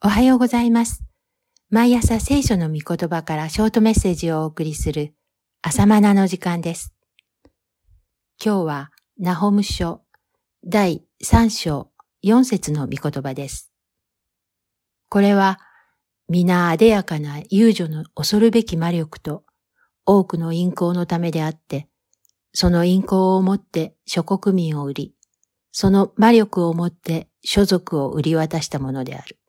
おはようございます。毎朝聖書の御言葉からショートメッセージをお送りする朝マナの時間です。今日はナホム書第3章4節の御言葉です。これは皆あでやかな遊女の恐るべき魔力と多くの淫行のためであって、その淫行をもって諸国民を売り、その魔力をもって諸族を売り渡したものである。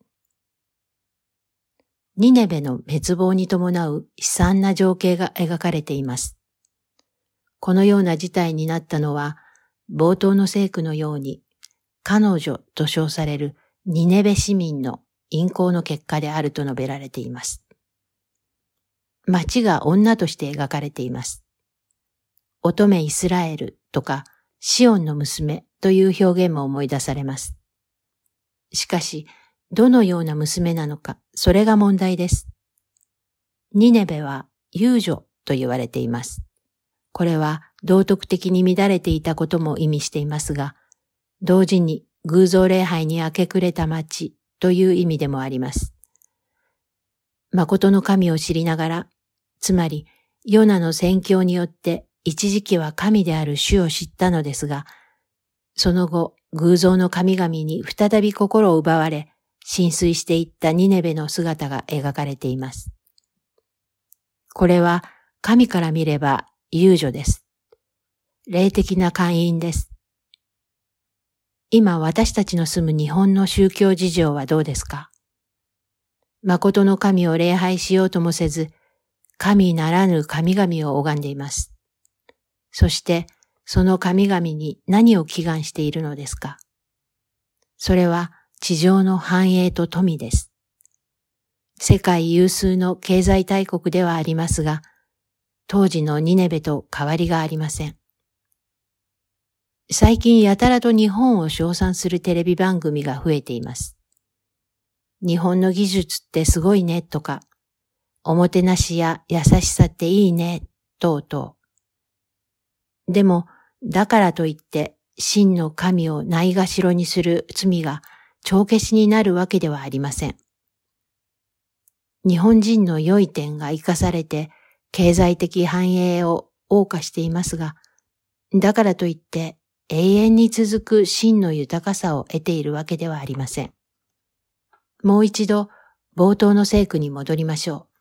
ニネベの滅亡に伴う悲惨な情景が描かれています。このような事態になったのは、冒頭の聖句のように、彼女と称されるニネベ市民の淫行の結果であると述べられています。町が女として描かれています。乙女イスラエルとかシオンの娘という表現も思い出されます。しかし、どのような娘なのか、それが問題です。ニネベは遊女と言われています。これは道徳的に乱れていたことも意味していますが、同時に偶像礼拝に明け暮れた町という意味でもあります。誠の神を知りながら、つまりヨナの宣教によって一時期は神である主を知ったのですが、その後偶像の神々に再び心を奪われ、浸水していったニネベの姿が描かれています。これは神から見れば遊女です。霊的な姦淫です。今私たちの住む日本の宗教事情はどうですか？誠の神を礼拝しようともせず、神ならぬ神々を拝んでいます。そしてその神々に何を祈願しているのですか？それは地上の繁栄と富です。世界有数の経済大国ではありますが、当時のニネベと変わりがありません。最近やたらと日本を称賛するテレビ番組が増えています。日本の技術ってすごいねとか、おもてなしや優しさっていいね、等々。でも、だからといって真の神をないがしろにする罪が帳消しになるわけではありません。日本人の良い点が生かされて経済的繁栄を謳歌していますが、だからといって永遠に続く真の豊かさを得ているわけではありません。もう一度冒頭の聖句に戻りましょう。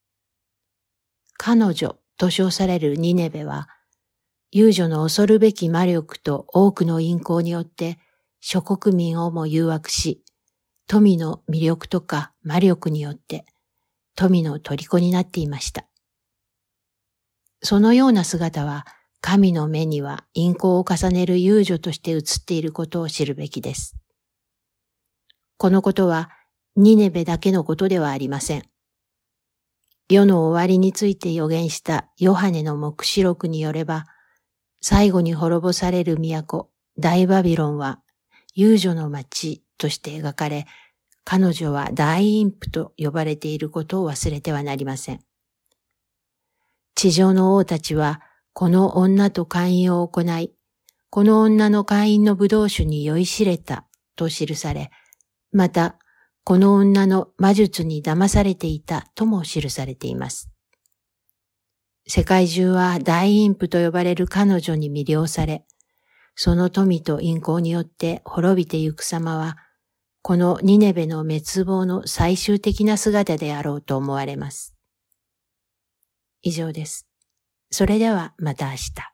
彼女と称されるニネベは、遊女の恐るべき魔力と多くの淫行によって諸国民をも誘惑し、富の魅力とか魔力によって富の虜になっていました。そのような姿は神の目には淫行を重ねる遊女として映っていることを知るべきです。このことはニネベだけのことではありません。世の終わりについて予言したヨハネの黙示録によれば、最後に滅ぼされる都、大バビロンは遊女の町として描かれ、彼女は大淫婦と呼ばれていることを忘れてはなりません。地上の王たちはこの女と姦淫を行い、この女の姦淫の葡萄酒に酔いしれたと記され、またこの女の魔術に騙されていたとも記されています。世界中は大淫婦と呼ばれる彼女に魅了され、その富と淫行によって滅びてゆく様は、このニネベの滅亡の最終的な姿であろうと思われます。以上です。それではまた明日。